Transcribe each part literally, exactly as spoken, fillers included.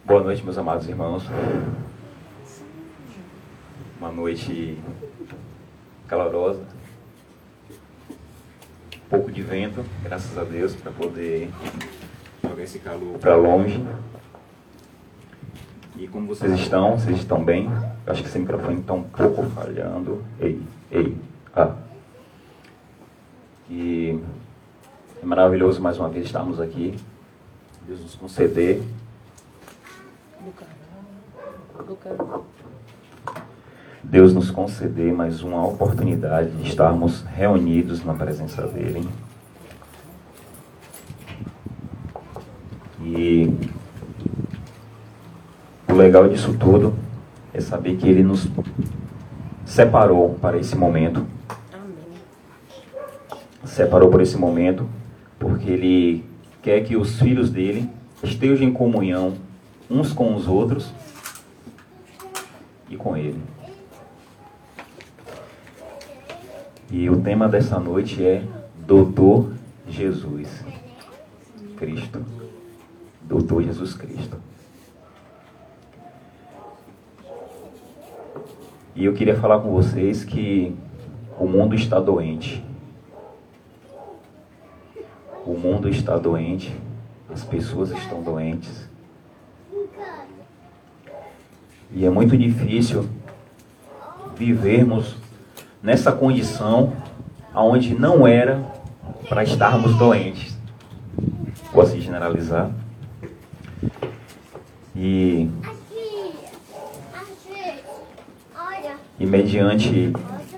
Boa noite, meus amados irmãos. Uma noite calorosa. Um pouco de vento, graças a Deus, para poder jogar esse calor para longe. E como vocês estão? Vocês estão bem? Eu acho que esse microfone está um pouco falhando. Ei, ei, ah. E é maravilhoso mais uma vez estarmos aqui. Deus nos conceder. Deus nos conceder mais uma oportunidade de estarmos reunidos na presença dEle. E o legal disso tudo é saber que Ele nos separou para esse momento. Separou por esse momento, porque Ele quer que os filhos dEle estejam em comunhão uns com os outros e com Ele. E o tema dessa noite é Doutor Jesus Cristo. Doutor Jesus Cristo. E eu queria falar com vocês que o mundo está doente. O mundo está doente. As pessoas estão doentes. E é muito difícil vivermos nessa condição onde não era para estarmos doentes. Vou assim generalizar. E, e mediante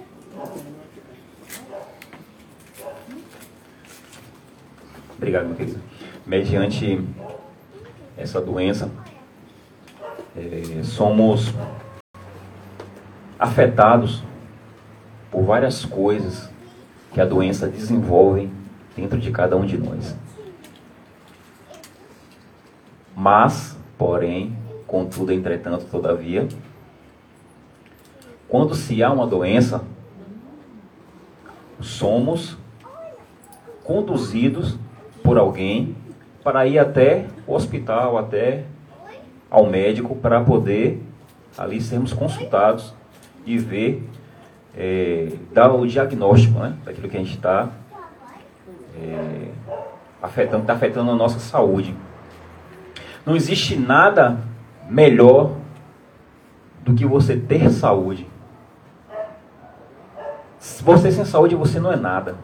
Obrigado, meu querido. Mediante essa doença, é, somos afetados por várias coisas que a doença desenvolve dentro de cada um de nós. Mas, porém, contudo, entretanto, todavia, quando se há uma doença, somos conduzidos por alguém para ir até o hospital, até ao médico, para poder ali sermos consultados e ver, é, dar o diagnóstico, né, daquilo que a gente está é, afetando, está afetando a nossa saúde. Não existe nada melhor do que você ter saúde. Se você sem saúde, você não é nada.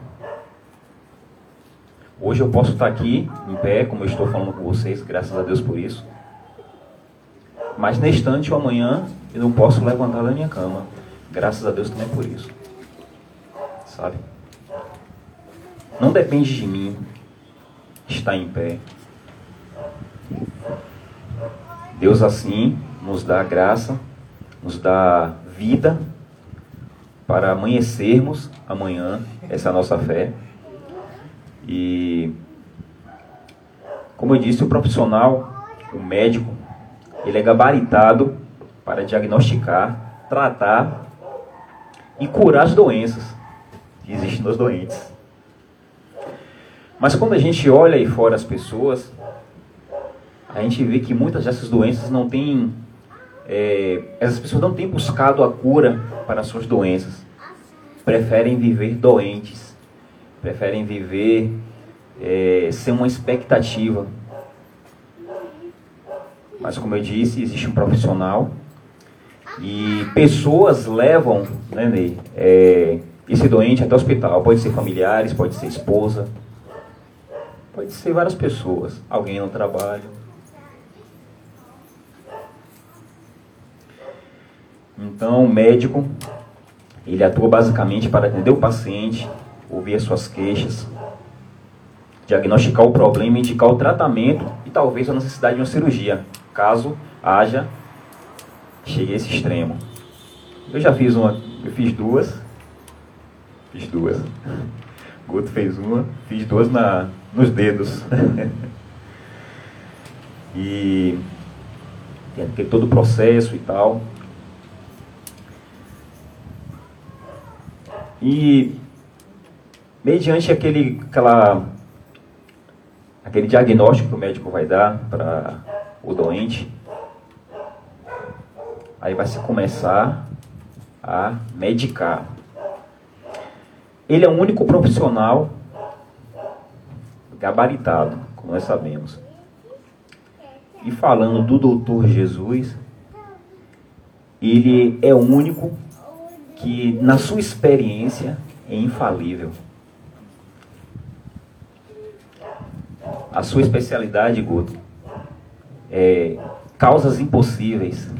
Hoje eu posso estar aqui, em pé, como eu estou falando com vocês, graças a Deus por isso. Mas neste instante ou amanhã, eu não posso levantar da minha cama. Graças a Deus também por isso. Sabe? Não depende de mim estar em pé. Deus assim nos dá graça, nos dá vida para amanhecermos amanhã essa nossa fé. E, como eu disse, o profissional, o médico, ele é gabaritado para diagnosticar, tratar e curar as doenças que existem nos doentes. Mas quando a gente olha aí fora as pessoas, a gente vê que muitas dessas doenças não têm, é, essas pessoas não têm buscado a cura para as suas doenças. Preferem viver doentes, preferem viver é, sem uma expectativa. Mas como eu disse, existe um profissional e pessoas levam, né, Ney, é, esse doente até o hospital. Pode ser familiares, pode ser esposa, pode ser várias pessoas, alguém no trabalho. Então, o médico, ele atua basicamente para atender o paciente, ouvir as suas queixas, diagnosticar o problema, indicar o tratamento e talvez a necessidade de uma cirurgia, caso haja, chegue a esse extremo. Eu já fiz uma, eu fiz duas, fiz duas, Guto fez uma, fiz duas na, nos dedos. E tem todo o processo e tal. E mediante aquele, aquela, aquele diagnóstico que o médico vai dar para o doente, aí vai se começar a medicar. Ele é o único profissional gabaritado, como nós sabemos. E falando do doutor Jesus, ele é o único que, na sua experiência, é infalível. A sua especialidade, Guto, é causas impossíveis.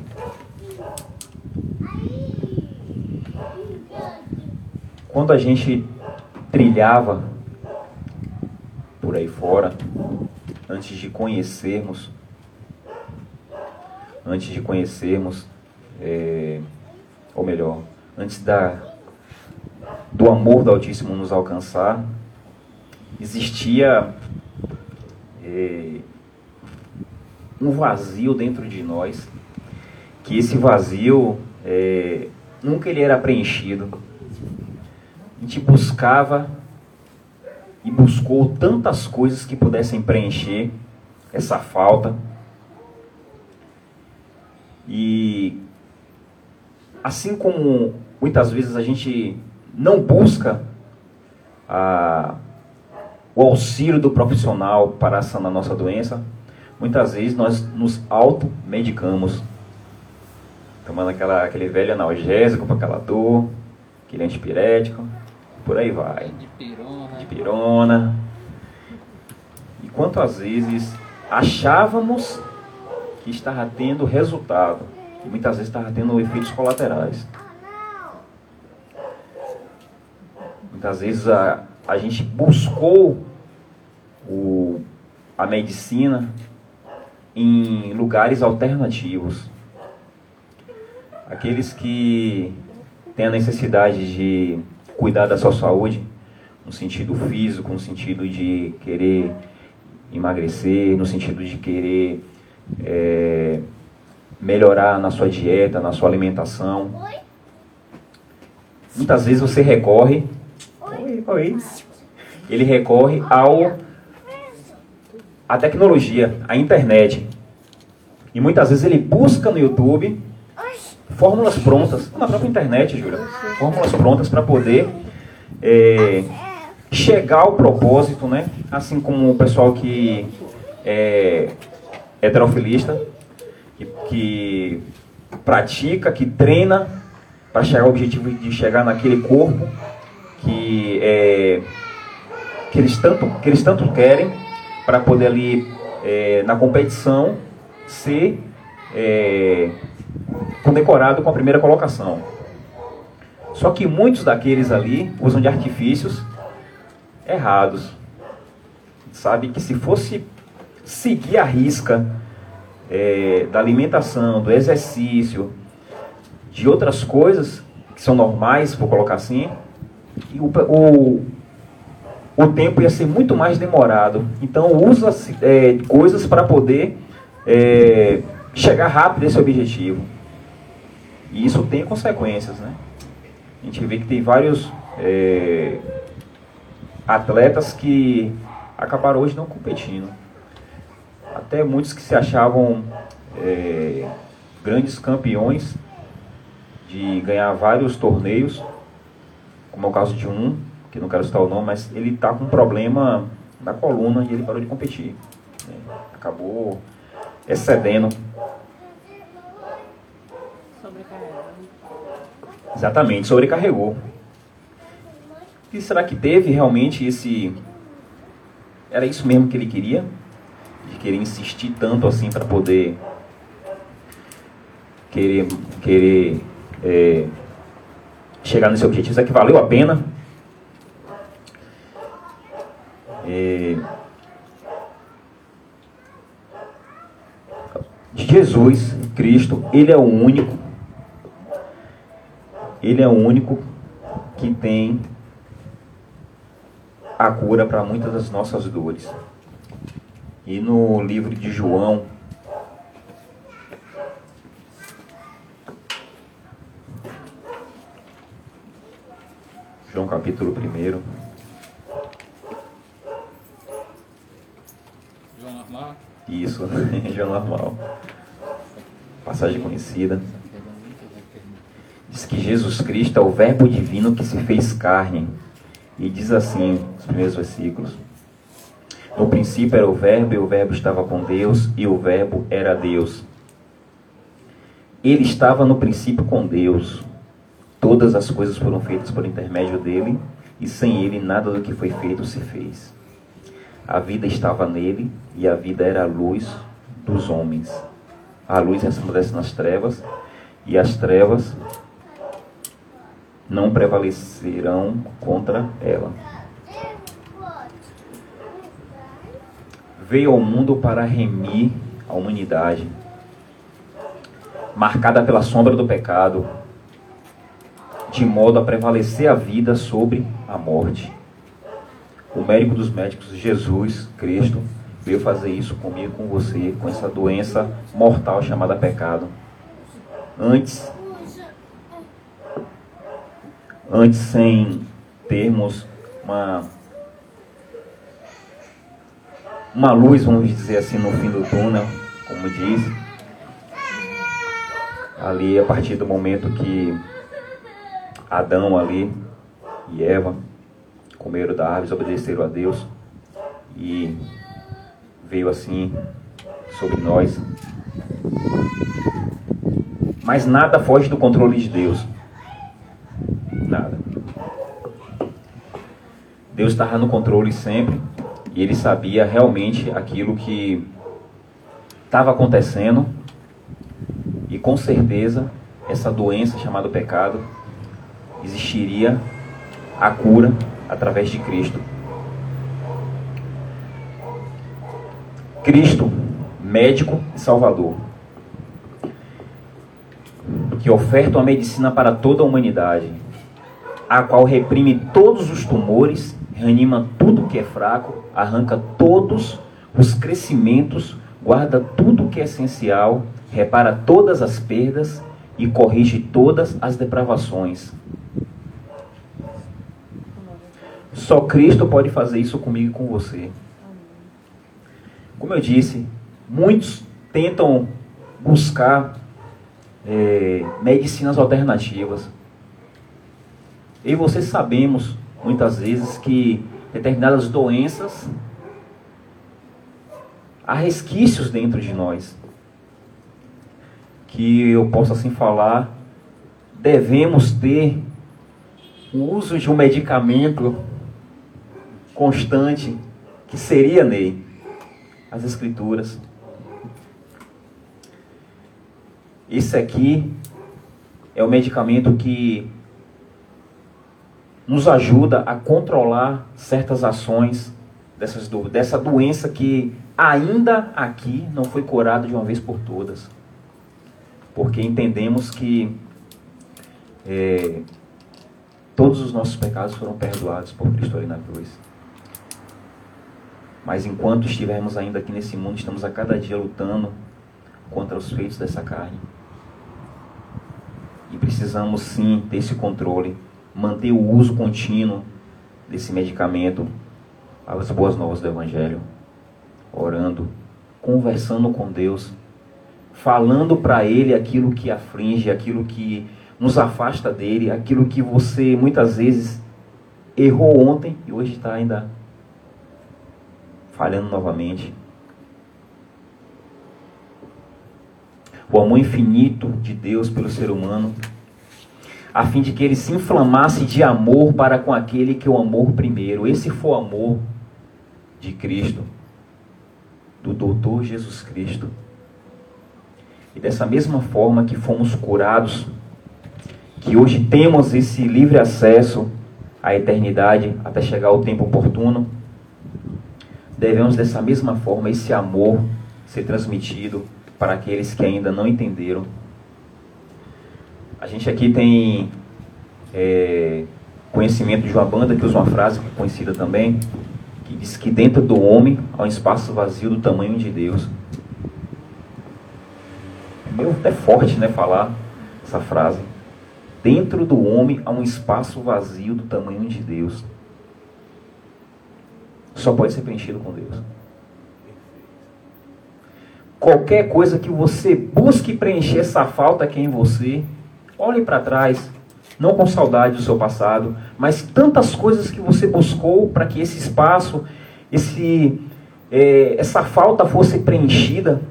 Quando a gente trilhava por aí fora, antes de conhecermos, antes de conhecermos, é, ou melhor, antes da, do amor do Altíssimo nos alcançar, existia é, um vazio dentro de nós, que esse vazio é, nunca ele era preenchido. A gente buscava e buscou tantas coisas que pudessem preencher essa falta. E assim como muitas vezes a gente não busca a, o auxílio do profissional para sanar a nossa doença, muitas vezes nós nos automedicamos, tomando aquela, aquele velho analgésico para aquela dor, aquele antipirético, por aí vai. Dipirona. Dipirona. E quantas vezes achávamos que estava tendo resultado, e muitas vezes estava tendo efeitos colaterais. Muitas vezes a, a gente buscou o, a medicina em lugares alternativos. Aqueles que têm a necessidade de cuidar da sua saúde, no sentido físico, no sentido de querer emagrecer, no sentido de querer é, melhorar na sua dieta, na sua alimentação. Muitas vezes você recorre, oi, oi. ele recorre ao à tecnologia, à internet. E muitas vezes ele busca no YouTube fórmulas prontas, na própria internet, Júlia, fórmulas prontas para poder é, chegar ao propósito, né? Assim como o pessoal que é heterofilista, que, que pratica, que treina para chegar ao objetivo de chegar naquele corpo que, é, que, eles, tanto, que eles tanto querem, para poder ali, é, na competição, ser é, condecorado com a primeira colocação. Só que muitos daqueles ali usam de artifícios errados. Sabe que se fosse seguir a risca é, da alimentação, do exercício, de outras coisas que são normais, vou colocar assim, e o, o, o tempo ia ser muito mais demorado. Então usa é, coisas para poder é, chegar rápido a esse objetivo. E isso tem consequências, né? A gente vê que tem vários é, atletas que acabaram hoje não competindo. Até muitos que se achavam é, grandes campeões de ganhar vários torneios, como é o caso de um, que não quero citar o nome, mas ele está com um problema na coluna e ele parou de competir. Né? Acabou excedendo. Exatamente, sobrecarregou. E será que teve realmente esse... Era isso mesmo que ele queria? De querer insistir tanto assim para poder... Querer... querer é, chegar nesse objetivo? Será que valeu a pena? É, Jesus, Cristo, Ele é o único Ele é o único que tem a cura para muitas das nossas dores. E no livro de João, João capítulo primeiro. João normal? Isso, João normal. Passagem conhecida. que Jesus Cristo é o Verbo divino que se fez carne. E diz assim, os primeiros versículos: no princípio era o Verbo, e o Verbo estava com Deus, e o Verbo era Deus. Ele estava no princípio com Deus. Todas as coisas foram feitas por intermédio dele, e sem ele nada do que foi feito se fez. A vida estava nele, e a vida era a luz dos homens. A luz resplandece nas trevas, e as trevas não prevalecerão contra ela. Veio ao mundo para remir a humanidade, marcada pela sombra do pecado, de modo a prevalecer a vida sobre a morte. O médico dos médicos, Jesus Cristo, veio fazer isso comigo, com você, com essa doença mortal chamada pecado. Antes, antes sem termos uma, uma luz, vamos dizer assim, no fim do túnel, como diz, ali a partir do momento que Adão ali e Eva comeram da árvore, obedeceram a Deus, e veio assim sobre nós. Mas nada foge do controle de Deus. Nada. Deus estava no controle sempre, e Ele sabia realmente aquilo que estava acontecendo, e com certeza essa doença chamada pecado existiria a cura através de Cristo. Cristo, médico e salvador, que oferta uma medicina para toda a humanidade, a qual reprime todos os tumores, reanima tudo que é fraco, arranca todos os crescimentos, guarda tudo que é essencial, repara todas as perdas e corrige todas as depravações. Só Cristo pode fazer isso comigo e com você. Como eu disse, muitos tentam buscar é, medicinas alternativas. Eu e você sabemos, muitas vezes, que determinadas doenças há resquícios dentro de nós. Que eu posso assim falar, devemos ter o uso de um medicamento constante, que seria nele as Escrituras. Esse aqui é o medicamento que nos ajuda a controlar certas ações dessas do, dessa doença que ainda aqui não foi curada de uma vez por todas. Porque entendemos que é, todos os nossos pecados foram perdoados por Cristo ali na cruz. Mas enquanto estivermos ainda aqui nesse mundo, estamos a cada dia lutando contra os feitos dessa carne. E precisamos sim ter esse controle, manter o uso contínuo desse medicamento, as boas novas do Evangelho, orando, conversando com Deus, falando para Ele aquilo que aflige, aquilo que nos afasta dele, aquilo que você muitas vezes errou ontem e hoje está ainda falhando novamente. O amor infinito de Deus pelo ser humano, a fim de que ele se inflamasse de amor para com aquele que o amou primeiro. Esse foi o amor de Cristo, do doutor Jesus Cristo. E dessa mesma forma que fomos curados, que hoje temos esse livre acesso à eternidade até chegar ao tempo oportuno, devemos dessa mesma forma esse amor ser transmitido para aqueles que ainda não entenderam. A gente aqui tem é, conhecimento de uma banda que usa uma frase conhecida também, que diz que dentro do homem há um espaço vazio do tamanho de Deus. É meio até forte, né, falar essa frase. Dentro do homem há um espaço vazio do tamanho de Deus. Só pode ser preenchido com Deus. Qualquer coisa que você busque preencher essa falta aqui em você, olhe para trás não com saudade do seu passado, mas tantas coisas que você buscou para que esse espaço, esse, é, essa falta fosse preenchida.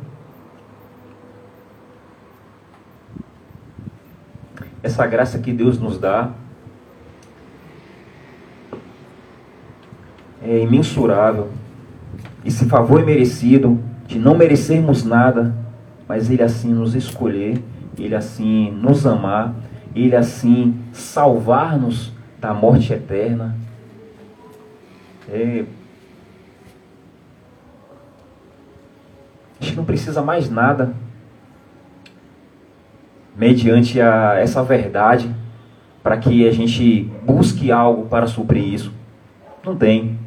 Essa graça que Deus nos dá é imensurável. Esse favor imerecido, de não merecermos nada, mas Ele assim nos escolher, Ele assim nos amar, Ele assim salvar-nos da morte eterna. É... A gente não precisa mais nada mediante a essa verdade para que a gente busque algo para suprir isso. Não tem.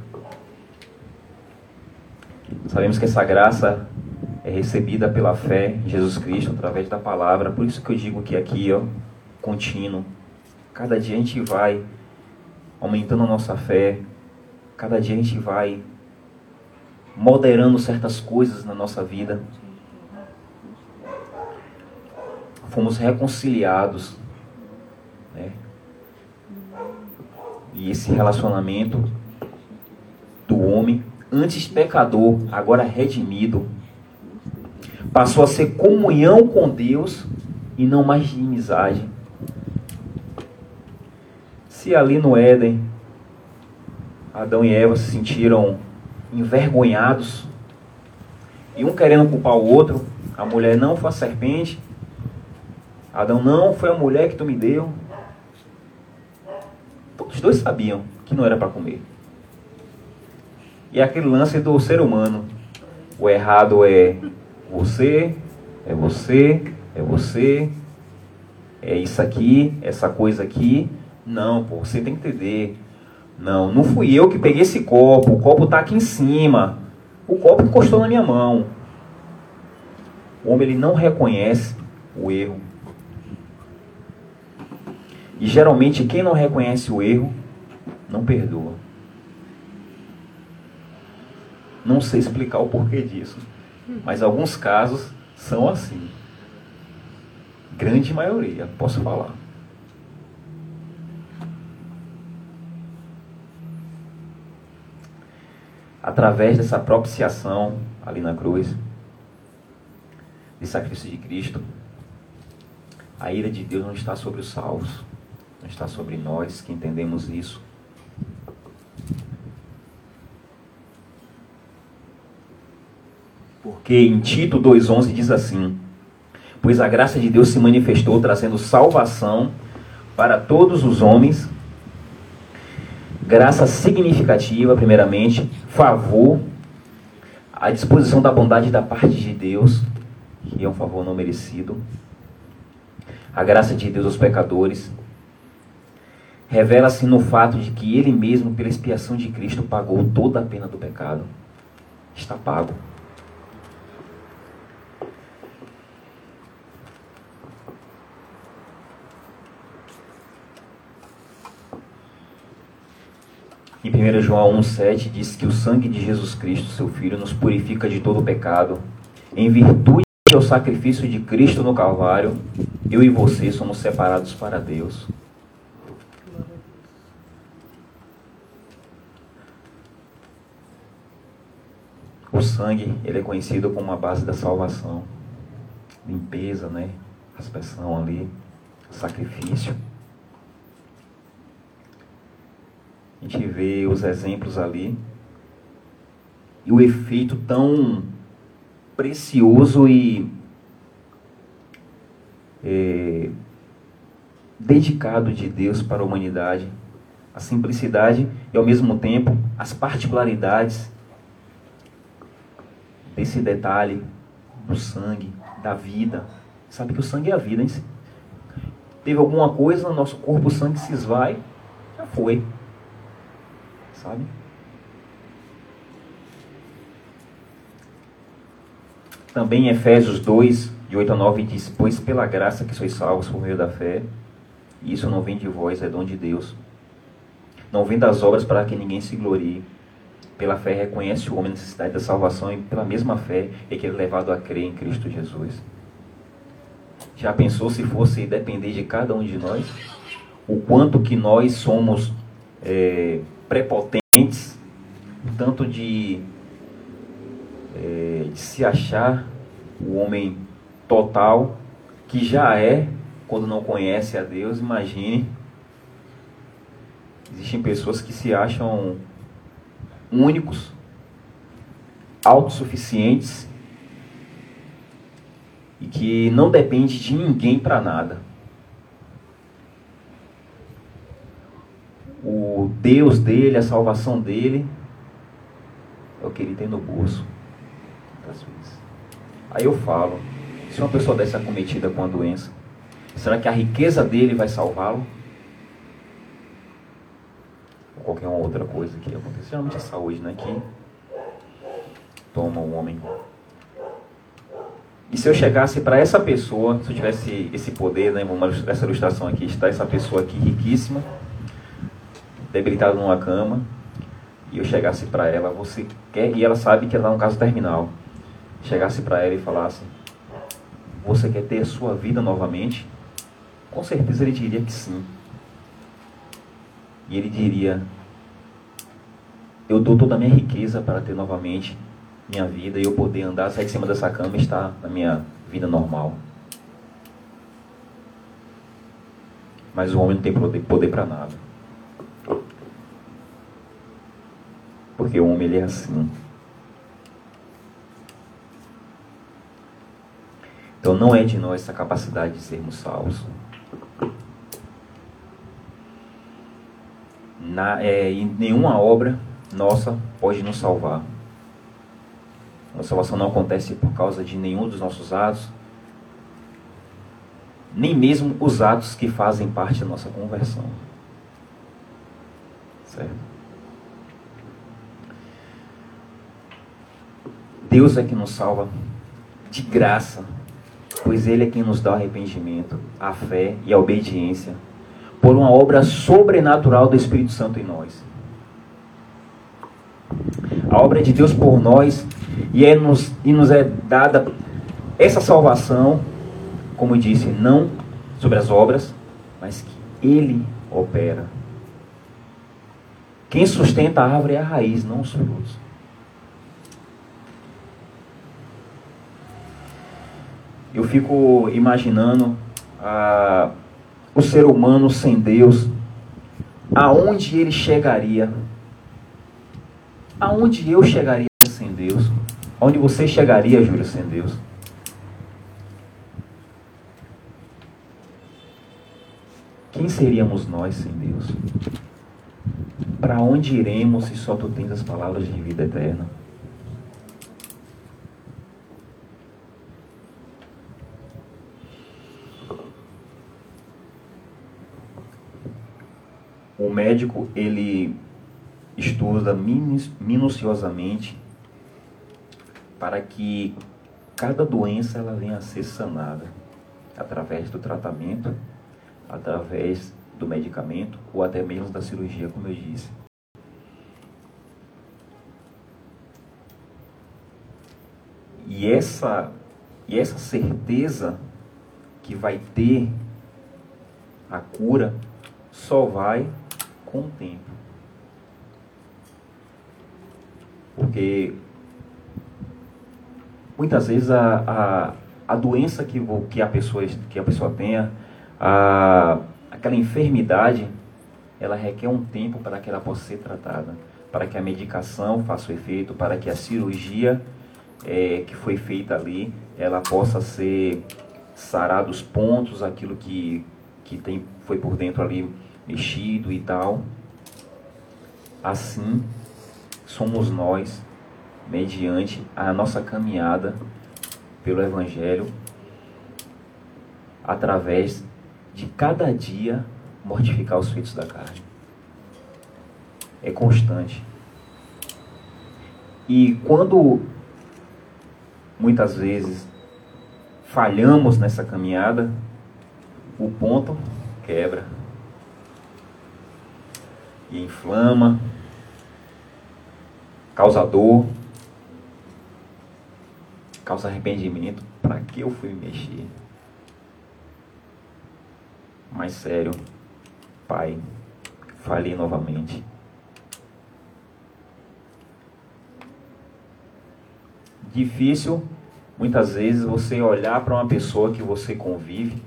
Sabemos que essa graça é recebida pela fé em Jesus Cristo, através da palavra. Por isso que eu digo que aqui, ó, contínuo. Cada dia a gente vai aumentando a nossa fé. Cada dia a gente vai moderando certas coisas na nossa vida. Fomos reconciliados, né? E esse relacionamento do homem, antes pecador, agora redimido, passou a ser comunhão com Deus e não mais de inimizade. Se ali no Éden, Adão e Eva se sentiram envergonhados, e um querendo culpar o outro, a mulher não foi a serpente, Adão não foi a mulher que tu me deu. Os dois sabiam que não era para comer. E aquele lance do ser humano, o errado é você, é você, é você, é isso aqui, essa coisa aqui. Não, pô, você tem que entender. Não, não fui eu que peguei esse copo, o copo está aqui em cima. O copo encostou na minha mão. O homem, ele não reconhece o erro. E geralmente quem não reconhece o erro, não perdoa. Não sei explicar o porquê disso, mas alguns casos são assim. Grande maioria, posso falar. Através dessa propiciação ali na cruz, de sacrifício de Cristo, a ira de Deus não está sobre os salvos, não está sobre nós que entendemos isso. Porque em Tito dois onze diz assim: pois a graça de Deus se manifestou trazendo salvação para todos os homens. Graça significativa, primeiramente, favor, à disposição da bondade da parte de Deus, que é um favor não merecido. A graça de Deus aos pecadores revela-se no fato de que Ele mesmo, pela expiação de Cristo, pagou toda a pena do pecado. Está pago. Em primeiro João um sete diz que o sangue de Jesus Cristo, seu Filho, nos purifica de todo o pecado. Em virtude do sacrifício de Cristo no Calvário, eu e você somos separados para Deus. O sangue, ele é conhecido como a base da salvação. Limpeza, né? Aspersão ali, sacrifício. A gente vê os exemplos ali. E o efeito tão precioso e é, dedicado de Deus para a humanidade. A simplicidade e, ao mesmo tempo, as particularidades desse detalhe do sangue, da vida. Sabe que o sangue é a vida, hein? Teve alguma coisa no nosso corpo, o sangue se esvai, já foi. Sabe? Também em Efésios dois, de oito a nove, diz: pois pela graça que sois salvos por meio da fé, e isso não vem de vós, é dom de Deus. Não vem das obras para que ninguém se glorie. Pela fé reconhece o homem a necessidade da salvação, e pela mesma fé é que ele é levado a crer em Cristo Jesus. Já pensou se fosse depender de cada um de nós? o quanto que nós somos é, prepotentes, tanto de, é, de se achar o homem total, que já é, quando não conhece a Deus. Imagine, existem pessoas que se acham únicos, autossuficientes, e que não depende de ninguém para nada. O Deus dele, a salvação dele, é o que ele tem no bolso. Aí eu falo, se uma pessoa dessa é acometida com a doença, será que a riqueza dele vai salvá-lo? Ou qualquer uma outra coisa que acontece? Geralmente a saúde, né? Que toma o homem. E se eu chegasse para essa pessoa, se eu tivesse esse poder, né? Vamos, essa ilustração aqui, está essa pessoa aqui riquíssima, debilitada numa cama, e eu chegasse para ela, você quer, e ela sabe que ela é um caso terminal, chegasse para ela e falasse, você quer ter a sua vida novamente? Com certeza ele diria que sim. E ele diria, eu dou toda a minha riqueza para ter novamente minha vida e eu poder andar, sair de cima dessa cama e estar na minha vida normal. Mas o homem não tem poder, poder para nada. Porque o homem ele é assim. Então não é de nós essa capacidade de sermos salvos. Na, é, e nenhuma obra nossa pode nos salvar. A salvação não acontece por causa de nenhum dos nossos atos, nem mesmo os atos que fazem parte da nossa conversão. Certo? Deus é que nos salva de graça, pois Ele é quem nos dá o arrependimento, a fé e a obediência, por uma obra sobrenatural do Espírito Santo em nós. A obra de Deus por nós, e, é nos, e nos é dada essa salvação, como eu disse, não sobre as obras, mas que Ele opera. Quem sustenta a árvore é a raiz, não os frutos. Eu fico imaginando ah, o ser humano sem Deus, aonde ele chegaria, aonde eu chegaria sem Deus, aonde você chegaria, Júlio, sem Deus. Quem seríamos nós sem Deus? Para onde iremos se só tu tens as palavras de vida eterna? O médico, ele estuda minuciosamente para que cada doença ela venha a ser sanada através do tratamento, através do medicamento ou até mesmo da cirurgia, como eu disse. E essa, e essa certeza que vai ter a cura só vai com o tempo. Porque muitas vezes a, a, a doença que, que, a pessoa, que a pessoa tenha, a, aquela enfermidade, ela requer um tempo para que ela possa ser tratada, para que a medicação faça o efeito, para que a cirurgia é, que foi feita ali, ela possa ser sarada os pontos, aquilo que, que tem, foi por dentro ali mexido e tal. Assim somos nós, mediante a nossa caminhada pelo Evangelho, através de cada dia mortificar os feitos da carne. É constante. E quando muitas vezes falhamos nessa caminhada, o ponto quebra e inflama, causa dor, causa arrependimento. Para que eu fui mexer? Mas sério, Pai, falhei novamente. Difícil, muitas vezes, você olhar para uma pessoa que você convive,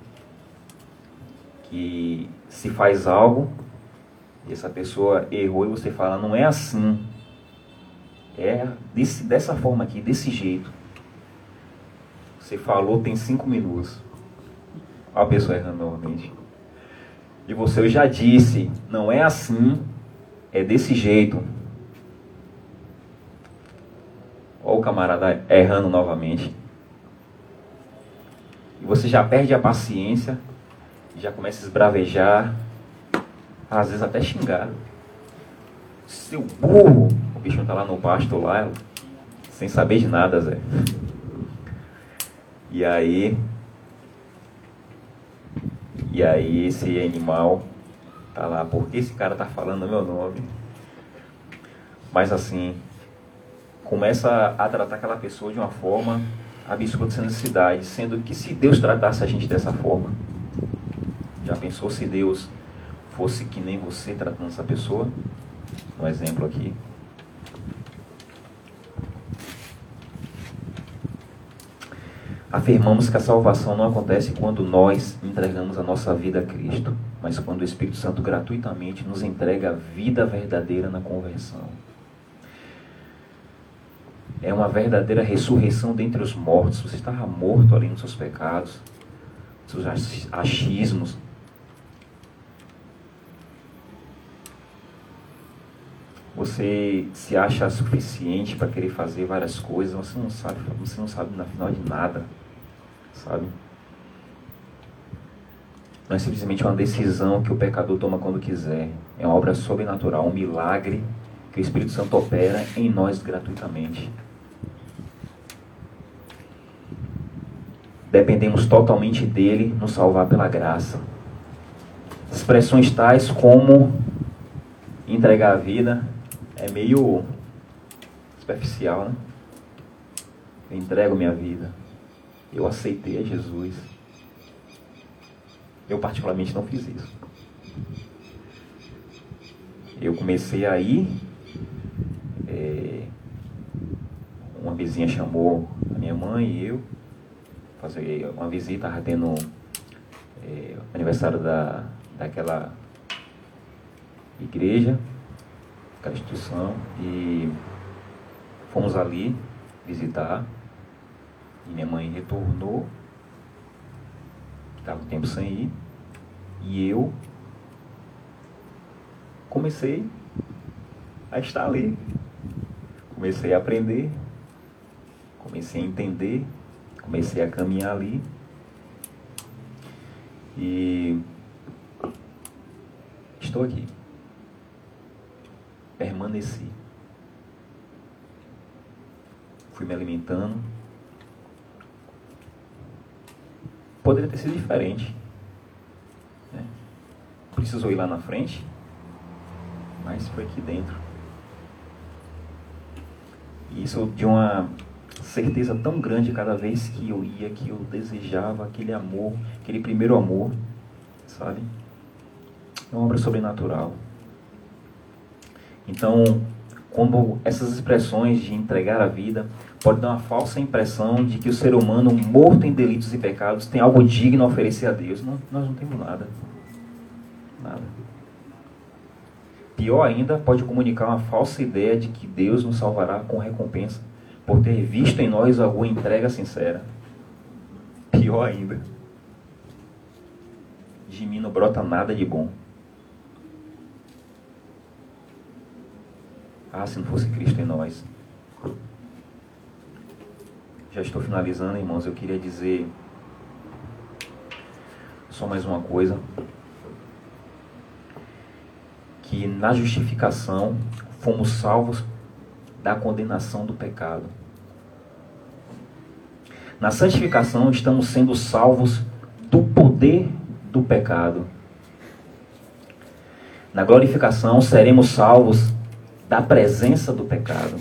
que se faz algo, e essa pessoa errou e você fala, não é assim. É desse, dessa forma aqui, desse jeito. Você falou, tem cinco minutos. Olha a pessoa errando novamente. E você, eu já disse, não é assim, é desse jeito. Olha o camarada errando novamente. E você já perde a paciência, já começa a esbravejar, às vezes até xingar. Seu burro! O bichinho tá lá no pasto, lá, sem saber de nada, Zé. E aí... E aí esse animal tá lá, por que esse cara tá falando o meu nome? Mas assim, começa a tratar aquela pessoa de uma forma absurda, sem necessidade, sendo que se Deus tratasse a gente dessa forma, já pensou se Deus fosse que nem você tratando essa pessoa? Um exemplo aqui. Afirmamos que a salvação não acontece quando nós entregamos a nossa vida a Cristo, mas quando o Espírito Santo gratuitamente nos entrega a vida verdadeira na conversão. É uma verdadeira ressurreição dentre os mortos. Você estava morto ali nos seus pecados, nos seus achismos. Você se acha suficiente para querer fazer várias coisas, você não sabe, você não sabe na final de nada. Sabe? Não é simplesmente uma decisão que o pecador toma quando quiser. É uma obra sobrenatural, um milagre que o Espírito Santo opera em nós gratuitamente. Dependemos totalmente dele nos salvar pela graça. Expressões tais como entregar a vida é meio superficial, né? Eu entrego minha vida. Eu aceitei a Jesus. Eu particularmente não fiz isso. Eu comecei a ir, é, uma vizinha chamou a minha mãe e eu, fazer uma visita, estava tendo é, aniversário da, daquela igreja, aquela instituição, e fomos ali visitar. E minha mãe retornou, que estava um tempo sem ir, e eu comecei a estar ali. Comecei a aprender, comecei a entender, comecei a caminhar ali. E estou aqui. Permaneci. Fui me alimentando. Poderia ter sido diferente, né? Precisou ir lá na frente, mas foi aqui dentro. E isso de uma certeza tão grande cada vez que eu ia, que eu desejava aquele amor, aquele primeiro amor, sabe? É uma obra sobrenatural. Então, como essas expressões de entregar a vida pode dar uma falsa impressão de que o ser humano morto em delitos e pecados tem algo digno a oferecer a Deus. Não, nós não temos nada. Nada. Pior ainda, pode comunicar uma falsa ideia de que Deus nos salvará com recompensa por ter visto em nós alguma entrega sincera. Pior ainda. De mim não brota nada de bom. Ah, se não fosse Cristo em nós. Já estou finalizando, irmãos. Eu queria dizer só mais uma coisa. Que na justificação fomos salvos da condenação do pecado. Na santificação estamos sendo salvos do poder do pecado. Na glorificação seremos salvos da presença do pecado.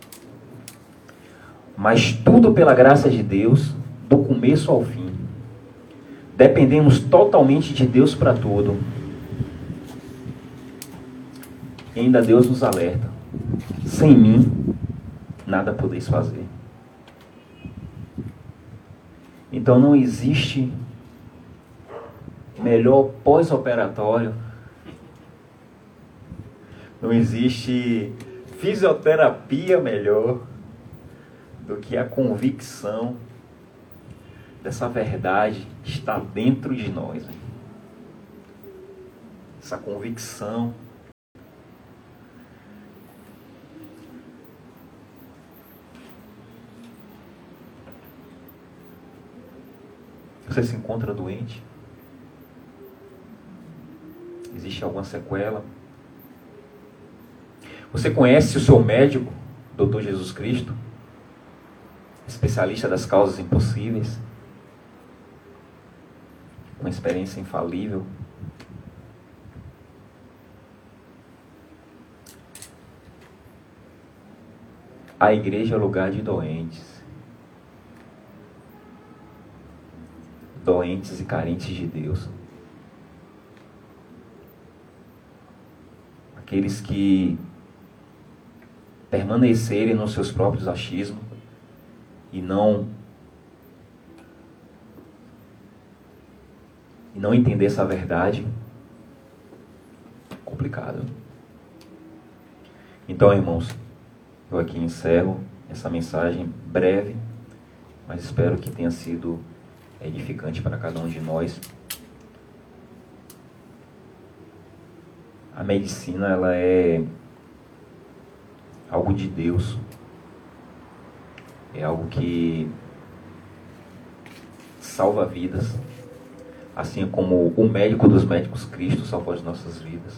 Mas tudo pela graça de Deus, do começo ao fim. Dependemos totalmente de Deus para tudo. E ainda Deus nos alerta: sem mim, nada podeis fazer. Então não existe melhor pós-operatório, não existe fisioterapia melhor do que a convicção dessa verdade que está dentro de nós. Hein? Essa convicção. Você se encontra doente? Existe alguma sequela? Você conhece o seu médico, doutor Jesus Cristo? Especialista das causas impossíveis? Uma experiência infalível? A igreja é lugar de doentes. Doentes e carentes de Deus. Aqueles que permanecerem nos seus próprios achismos e não e não entender essa verdade, complicado. Então, irmãos, eu aqui encerro essa mensagem breve, mas espero que tenha sido edificante para cada um de nós. A medicina, ela é algo de Deus. É algo que salva vidas. Assim como o médico dos médicos, Cristo, salvou as nossas vidas.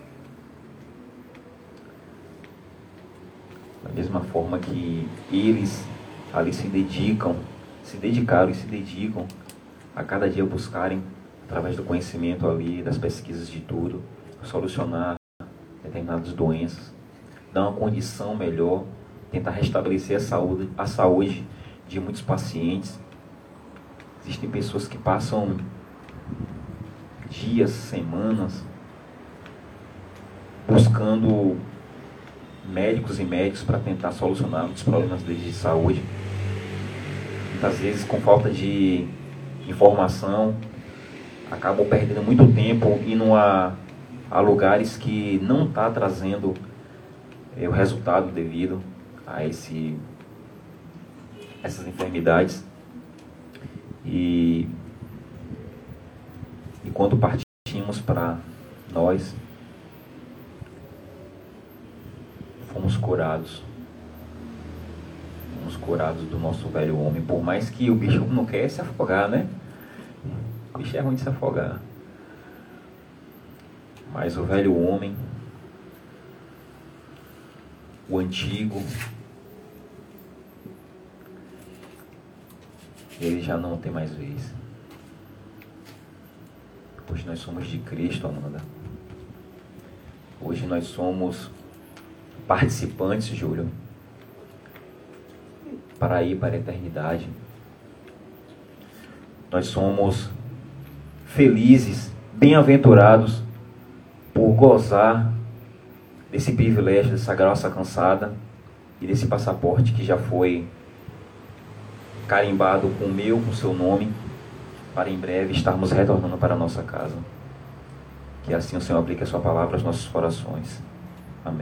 Da mesma forma que eles ali se dedicam, se dedicaram e se dedicam a cada dia buscarem, através do conhecimento ali, das pesquisas de tudo, solucionar determinadas doenças, dar uma condição melhor, tentar restabelecer a saúde, a saúde de muitos pacientes. Existem pessoas que passam dias, semanas, buscando médicos e médicos para tentar solucionar os problemas deles de saúde. Muitas vezes, com falta de informação, acabam perdendo muito tempo indo a, a lugares que não está trazendo é, o resultado devido a esse, essas enfermidades. E, e quando partimos para nós, fomos curados. Fomos curados do nosso velho homem. Por mais que o bicho não quer se afogar, né? O bicho é ruim de se afogar. Mas o velho homem, o antigo, ele já não tem mais vez. Hoje nós somos de Cristo, Amanda. Hoje nós somos participantes, Júlio, para ir para a eternidade. Nós somos felizes, bem-aventurados por gozar desse privilégio, dessa graça alcançada e desse passaporte que já foi carimbado com o meu, com o seu nome, para em breve estarmos retornando para a nossa casa. Que assim o Senhor aplique a sua palavra aos nossos corações.